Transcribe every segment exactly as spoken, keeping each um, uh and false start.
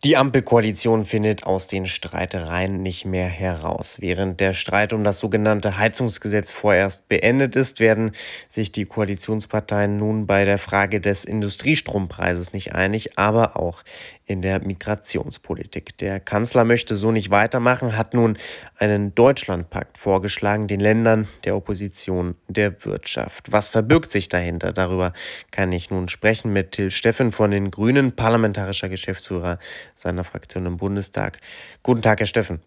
Die Ampelkoalition findet aus den Streitereien nicht mehr heraus. Während der Streit um das sogenannte Heizungsgesetz vorerst beendet ist, werden sich die Koalitionsparteien nun bei der Frage des Industriestrompreises nicht einig, aber auch in der Migrationspolitik. Der Kanzler möchte so nicht weitermachen, hat nun einen Deutschlandpakt vorgeschlagen, den Ländern, der Opposition, der Wirtschaft. Was verbirgt sich dahinter? Darüber kann ich nun sprechen mit Till Steffen von den Grünen, parlamentarischer Geschäftsführer seiner Fraktion im Bundestag. Guten Tag, Herr Steffen.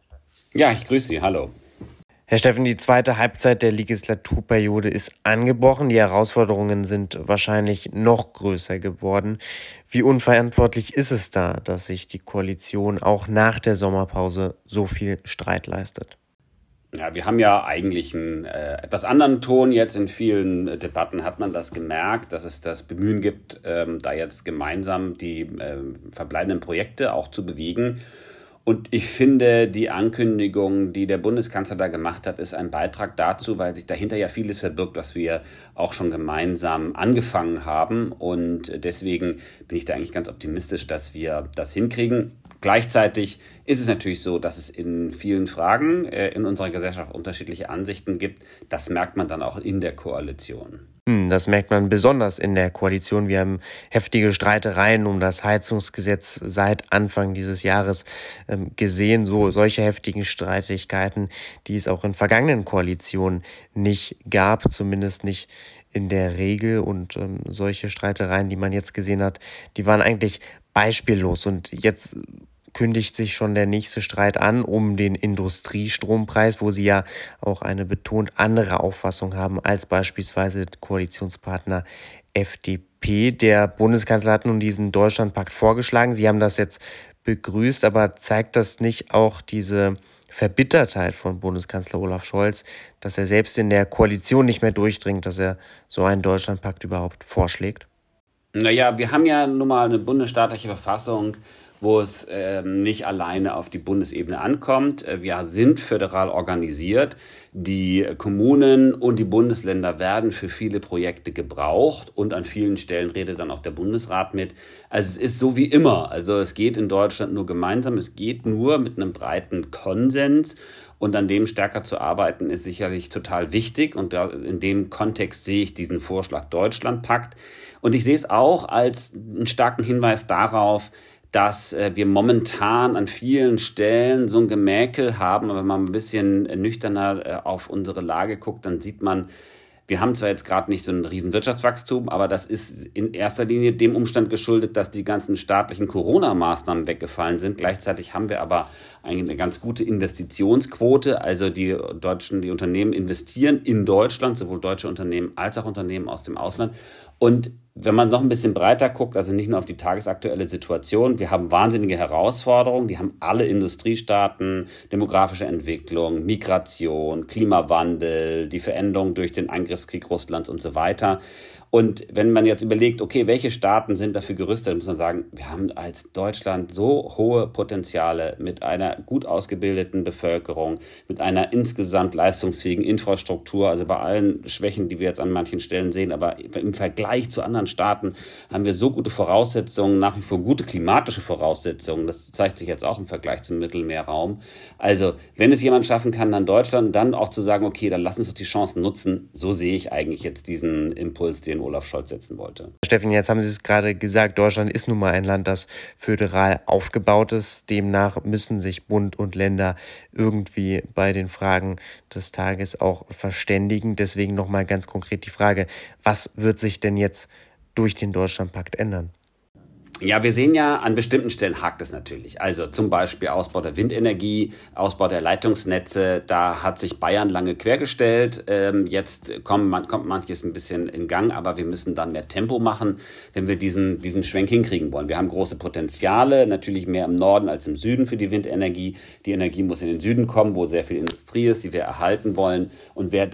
Ja, ich grüße Sie. Hallo. Herr Steffen, die zweite Halbzeit der Legislaturperiode ist angebrochen. Die Herausforderungen sind wahrscheinlich noch größer geworden. Wie unverantwortlich ist es da, dass sich die Koalition auch nach der Sommerpause so viel Streit leistet? Ja, wir haben ja eigentlich einen äh, etwas anderen Ton jetzt. In vielen äh, Debatten hat man das gemerkt, dass es das Bemühen gibt, ähm, da jetzt gemeinsam die äh, verbleibenden Projekte auch zu bewegen. Und ich finde, die Ankündigung, die der Bundeskanzler da gemacht hat, ist ein Beitrag dazu, weil sich dahinter ja vieles verbirgt, was wir auch schon gemeinsam angefangen haben. Und deswegen bin ich da eigentlich ganz optimistisch, dass wir das hinkriegen. Gleichzeitig ist es natürlich so, dass es in vielen Fragen äh, in unserer Gesellschaft unterschiedliche Ansichten gibt. Das merkt man dann auch in der Koalition. Das merkt man besonders in der Koalition. Wir haben heftige Streitereien um das Heizungsgesetz seit Anfang dieses Jahres ähm, gesehen. So solche heftigen Streitigkeiten, die es auch in vergangenen Koalitionen nicht gab, zumindest nicht in der Regel. Und ähm, solche Streitereien, die man jetzt gesehen hat, die waren eigentlich beispiellos. Und jetzt kündigt sich schon der nächste Streit an um den Industriestrompreis, wo sie ja auch eine betont andere Auffassung haben als beispielsweise Koalitionspartner F D P. Der Bundeskanzler hat nun diesen Deutschlandpakt vorgeschlagen. Sie haben das jetzt begrüßt, aber zeigt das nicht auch diese Verbittertheit von Bundeskanzler Olaf Scholz, dass er selbst in der Koalition nicht mehr durchdringt, dass er so einen Deutschlandpakt überhaupt vorschlägt? Naja, wir haben ja nun mal eine bundesstaatliche Verfassung, wo es äh, nicht alleine auf die Bundesebene ankommt. Wir sind föderal organisiert. Die Kommunen und die Bundesländer werden für viele Projekte gebraucht und an vielen Stellen redet dann auch der Bundesrat mit. Also es ist so wie immer. Also es geht in Deutschland nur gemeinsam, es geht nur mit einem breiten Konsens. Und an dem stärker zu arbeiten, ist sicherlich total wichtig. Und da, in dem Kontext sehe ich diesen Vorschlag Deutschlandpakt. Und ich sehe es auch als einen starken Hinweis darauf, dass äh, wir momentan an vielen Stellen so ein Gemäkel haben. Aber wenn man ein bisschen nüchterner äh, auf unsere Lage guckt, dann sieht man, wir haben zwar jetzt gerade nicht so ein riesen Wirtschaftswachstum, aber das ist in erster Linie dem Umstand geschuldet, dass die ganzen staatlichen Corona-Maßnahmen weggefallen sind. Gleichzeitig haben wir aber eigentlich eine ganz gute Investitionsquote. Also die deutschen, die Unternehmen investieren in Deutschland, sowohl deutsche Unternehmen als auch Unternehmen aus dem Ausland. Und wenn man noch ein bisschen breiter guckt, also nicht nur auf die tagesaktuelle Situation, wir haben wahnsinnige Herausforderungen, die haben alle Industriestaaten, demografische Entwicklung, Migration, Klimawandel, die Veränderung durch den Angriffskrieg Russlands und so weiter. Und wenn man jetzt überlegt, okay, welche Staaten sind dafür gerüstet, dann muss man sagen, wir haben als Deutschland so hohe Potenziale mit einer gut ausgebildeten Bevölkerung, mit einer insgesamt leistungsfähigen Infrastruktur, also bei allen Schwächen, die wir jetzt an manchen Stellen sehen, aber im Vergleich zu anderen Staaten haben wir so gute Voraussetzungen, nach wie vor gute klimatische Voraussetzungen. Das zeigt sich jetzt auch im Vergleich zum Mittelmeerraum. Also, wenn es jemand schaffen kann, dann Deutschland, dann auch zu sagen, okay, dann lass uns doch die Chancen nutzen. So sehe ich eigentlich jetzt diesen Impuls, den Olaf Scholz setzen wollte. Steffen, jetzt haben Sie es gerade gesagt, Deutschland ist nun mal ein Land, das föderal aufgebaut ist. Demnach müssen sich Bund und Länder irgendwie bei den Fragen des Tages auch verständigen. Deswegen nochmal ganz konkret die Frage, was wird sich denn jetzt durch den Deutschlandpakt ändern? Ja, wir sehen ja, an bestimmten Stellen hakt es natürlich. Also zum Beispiel Ausbau der Windenergie, Ausbau der Leitungsnetze. Da hat sich Bayern lange quergestellt. Ähm, jetzt kommt, man, kommt manches ein bisschen in Gang, aber wir müssen dann mehr Tempo machen, wenn wir diesen, diesen Schwenk hinkriegen wollen. Wir haben große Potenziale, natürlich mehr im Norden als im Süden für die Windenergie. Die Energie muss in den Süden kommen, wo sehr viel Industrie ist, die wir erhalten wollen. Und wer das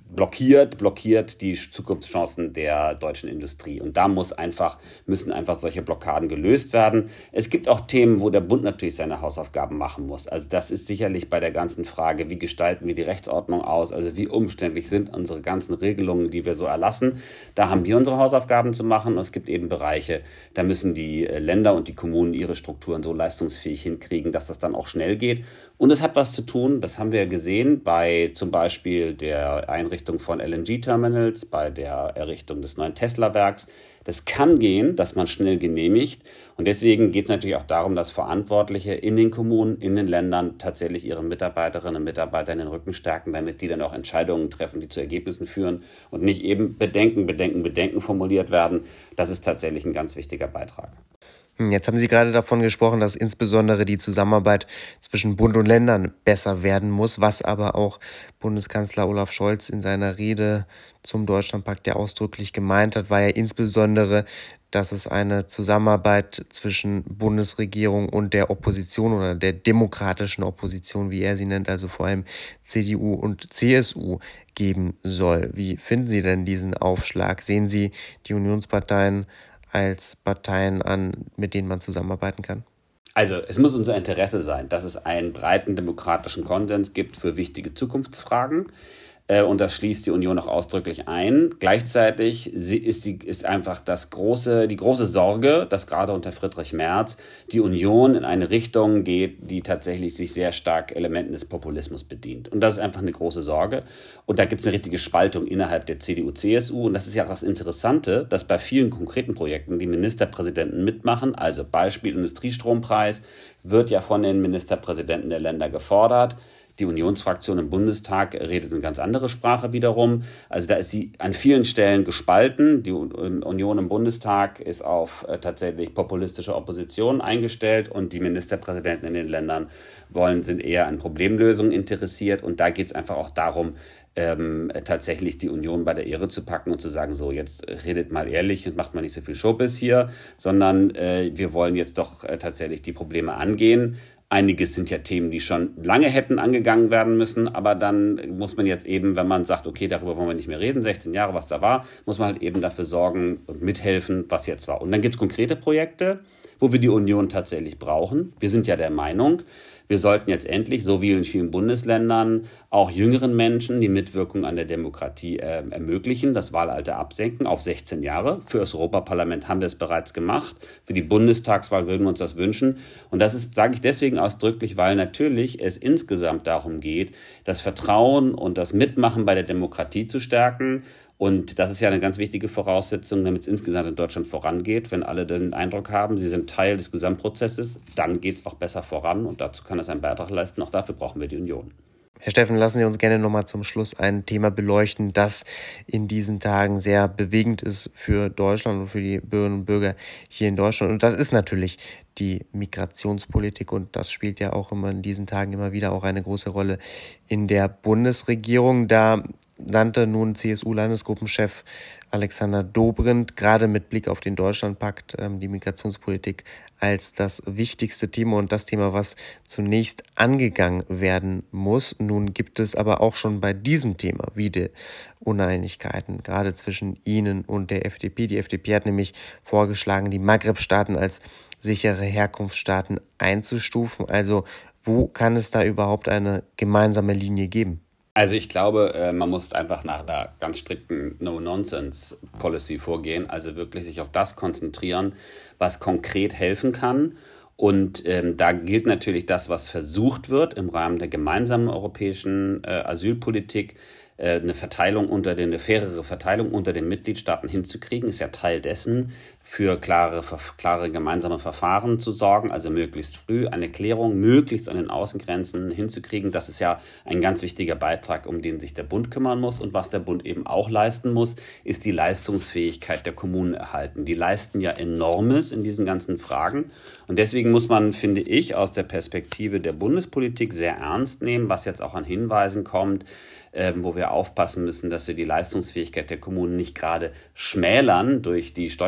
blockiert, blockiert die Zukunftschancen der deutschen Industrie. Und da muss einfach, müssen einfach solche Blockaden gelöst werden. Es gibt auch Themen, wo der Bund natürlich seine Hausaufgaben machen muss. Also das ist sicherlich bei der ganzen Frage, wie gestalten wir die Rechtsordnung aus, also wie umständlich sind unsere ganzen Regelungen, die wir so erlassen. Da haben wir unsere Hausaufgaben zu machen. Und es gibt eben Bereiche, da müssen die Länder und die Kommunen ihre Strukturen so leistungsfähig hinkriegen, dass das dann auch schnell geht. Und es hat was zu tun, das haben wir gesehen, bei zum Beispiel der Einrichtung von L N G-Terminals, bei der Errichtung des neuen Tesla-Werks. Das kann gehen, dass man schnell genehmigt. Und deswegen geht es natürlich auch darum, dass Verantwortliche in den Kommunen, in den Ländern tatsächlich ihre Mitarbeiterinnen und Mitarbeiter in den Rücken stärken, damit die dann auch Entscheidungen treffen, die zu Ergebnissen führen und nicht eben Bedenken, Bedenken, Bedenken formuliert werden. Das ist tatsächlich ein ganz wichtiger Beitrag. Jetzt haben Sie gerade davon gesprochen, dass insbesondere die Zusammenarbeit zwischen Bund und Ländern besser werden muss, was aber auch Bundeskanzler Olaf Scholz in seiner Rede zum Deutschlandpakt ja ausdrücklich gemeint hat, war ja insbesondere, dass es eine Zusammenarbeit zwischen Bundesregierung und der Opposition oder der demokratischen Opposition, wie er sie nennt, also vor allem C D U und C S U, geben soll. Wie finden Sie denn diesen Aufschlag? Sehen Sie die Unionsparteien als Parteien an, mit denen man zusammenarbeiten kann? Also es muss unser Interesse sein, dass es einen breiten demokratischen Konsens gibt für wichtige Zukunftsfragen. Und das schließt die Union auch ausdrücklich ein. Gleichzeitig ist, sie, ist einfach das große, die große Sorge, dass gerade unter Friedrich Merz die Union in eine Richtung geht, die tatsächlich sich sehr stark Elementen des Populismus bedient. Und das ist einfach eine große Sorge. Und da gibt es eine richtige Spaltung innerhalb der C D U C S U. Und das ist ja auch das Interessante, dass bei vielen konkreten Projekten die Ministerpräsidenten mitmachen. Also Beispiel Industriestrompreis wird ja von den Ministerpräsidenten der Länder gefordert. Die Unionsfraktion im Bundestag redet eine ganz andere Sprache wiederum. Also da ist sie an vielen Stellen gespalten. Die Union im Bundestag ist auf äh, tatsächlich populistische Opposition eingestellt und die Ministerpräsidenten in den Ländern wollen, sind eher an Problemlösungen interessiert. Und da geht es einfach auch darum, ähm, tatsächlich die Union bei der Ehre zu packen und zu sagen, so jetzt redet mal ehrlich und macht mal nicht so viel Schobis hier, sondern äh, wir wollen jetzt doch äh, tatsächlich die Probleme angehen. Einiges sind ja Themen, die schon lange hätten angegangen werden müssen, aber dann muss man jetzt eben, wenn man sagt, okay, darüber wollen wir nicht mehr reden, sechzehn Jahre, was da war, muss man halt eben dafür sorgen und mithelfen, was jetzt war. Und dann gibt es konkrete Projekte, wo wir die Union tatsächlich brauchen. Wir sind ja der Meinung, wir sollten jetzt endlich, so wie in vielen Bundesländern, auch jüngeren Menschen die Mitwirkung an der Demokratie äh, ermöglichen, das Wahlalter absenken auf sechzehn Jahre. Für das Europaparlament haben wir es bereits gemacht. Für die Bundestagswahl würden wir uns das wünschen. Und das ist, sage ich deswegen ausdrücklich, weil natürlich es insgesamt darum geht, das Vertrauen und das Mitmachen bei der Demokratie zu stärken. Und das ist ja eine ganz wichtige Voraussetzung, damit es insgesamt in Deutschland vorangeht. Wenn alle den Eindruck haben, sie sind Teil des Gesamtprozesses, dann geht es auch besser voran. Und dazu kann es einen Beitrag leisten. Auch dafür brauchen wir die Union. Herr Steffen, lassen Sie uns gerne nochmal zum Schluss ein Thema beleuchten, das in diesen Tagen sehr bewegend ist für Deutschland und für die Bürgerinnen und Bürger hier in Deutschland. Und das ist natürlich die Migrationspolitik und das spielt ja auch immer in diesen Tagen immer wieder auch eine große Rolle in der Bundesregierung. Da nannte nun C S U-Landesgruppenchef Alexander Dobrindt gerade mit Blick auf den Deutschlandpakt ähm, die Migrationspolitik als das wichtigste Thema und das Thema, was zunächst angegangen werden muss. Nun gibt es aber auch schon bei diesem Thema wieder Uneinigkeiten, gerade zwischen Ihnen und der F D P. Die F D P hat nämlich vorgeschlagen, die Maghreb-Staaten als sichere Herkunftsstaaten einzustufen. Also wo kann es da überhaupt eine gemeinsame Linie geben? Also ich glaube, man muss einfach nach einer ganz strikten No-Nonsense-Policy vorgehen, also wirklich sich auf das konzentrieren, was konkret helfen kann. Und ähm, da gilt natürlich das, was versucht wird im Rahmen der gemeinsamen europäischen äh, Asylpolitik, äh, eine Verteilung unter den, eine fairere Verteilung unter den Mitgliedstaaten hinzukriegen, ist ja Teil dessen, für klare, klare gemeinsame Verfahren zu sorgen, also möglichst früh eine Klärung möglichst an den Außengrenzen hinzukriegen. Das ist ja ein ganz wichtiger Beitrag, um den sich der Bund kümmern muss. Und was der Bund eben auch leisten muss, ist die Leistungsfähigkeit der Kommunen erhalten. Die leisten ja Enormes in diesen ganzen Fragen. Und deswegen muss man, finde ich, aus der Perspektive der Bundespolitik sehr ernst nehmen, was jetzt auch an Hinweisen kommt, Ähm, wo wir aufpassen müssen, dass wir die Leistungsfähigkeit der Kommunen nicht gerade schmälern durch die Steuererleichterung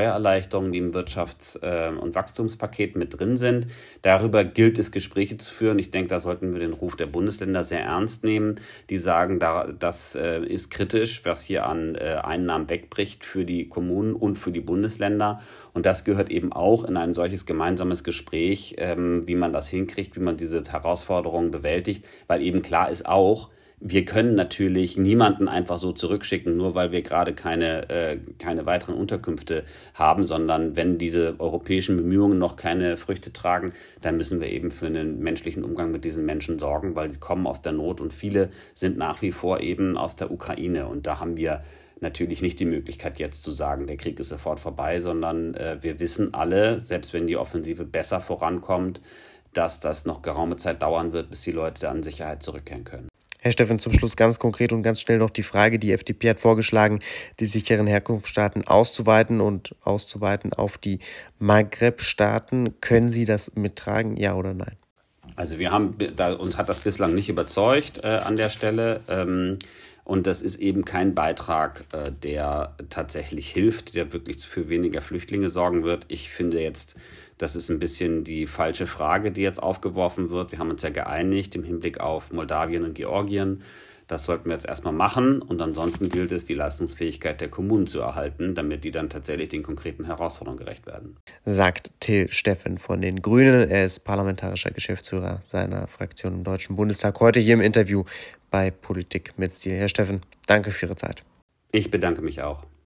Leistungen, die im Wirtschafts- äh, und Wachstumspaket mit drin sind. Darüber gilt es, Gespräche zu führen. Ich denke, da sollten wir den Ruf der Bundesländer sehr ernst nehmen. Die sagen, da, das äh, ist kritisch, was hier an äh, Einnahmen wegbricht für die Kommunen und für die Bundesländer. Und das gehört eben auch in ein solches gemeinsames Gespräch, ähm, wie man das hinkriegt, wie man diese Herausforderungen bewältigt, weil eben klar ist auch, wir können natürlich niemanden einfach so zurückschicken, nur weil wir gerade keine, äh, keine weiteren Unterkünfte haben, sondern wenn diese europäischen Bemühungen noch keine Früchte tragen, dann müssen wir eben für einen menschlichen Umgang mit diesen Menschen sorgen, weil sie kommen aus der Not und viele sind nach wie vor eben aus der Ukraine. Und da haben wir natürlich nicht die Möglichkeit jetzt zu sagen, der Krieg ist sofort vorbei, sondern äh, wir wissen alle, selbst wenn die Offensive besser vorankommt, dass das noch geraume Zeit dauern wird, bis die Leute an Sicherheit zurückkehren können. Herr Steffen, zum Schluss ganz konkret und ganz schnell noch die Frage. Die F D P hat vorgeschlagen, die sicheren Herkunftsstaaten auszuweiten und auszuweiten auf die Maghreb-Staaten. Können Sie das mittragen, ja oder nein? Also wir haben, da, uns hat das bislang nicht überzeugt äh, an der Stelle. Ähm, und das ist eben kein Beitrag, äh, der tatsächlich hilft, der wirklich für weniger Flüchtlinge sorgen wird. Ich finde jetzt, das ist ein bisschen die falsche Frage, die jetzt aufgeworfen wird. Wir haben uns ja geeinigt im Hinblick auf Moldawien und Georgien. Das sollten wir jetzt erstmal machen. Und ansonsten gilt es, die Leistungsfähigkeit der Kommunen zu erhalten, damit die dann tatsächlich den konkreten Herausforderungen gerecht werden. Sagt Till Steffen von den Grünen. Er ist parlamentarischer Geschäftsführer seiner Fraktion im Deutschen Bundestag. Heute hier im Interview bei Politik mit Stil. Herr Steffen, danke für Ihre Zeit. Ich bedanke mich auch.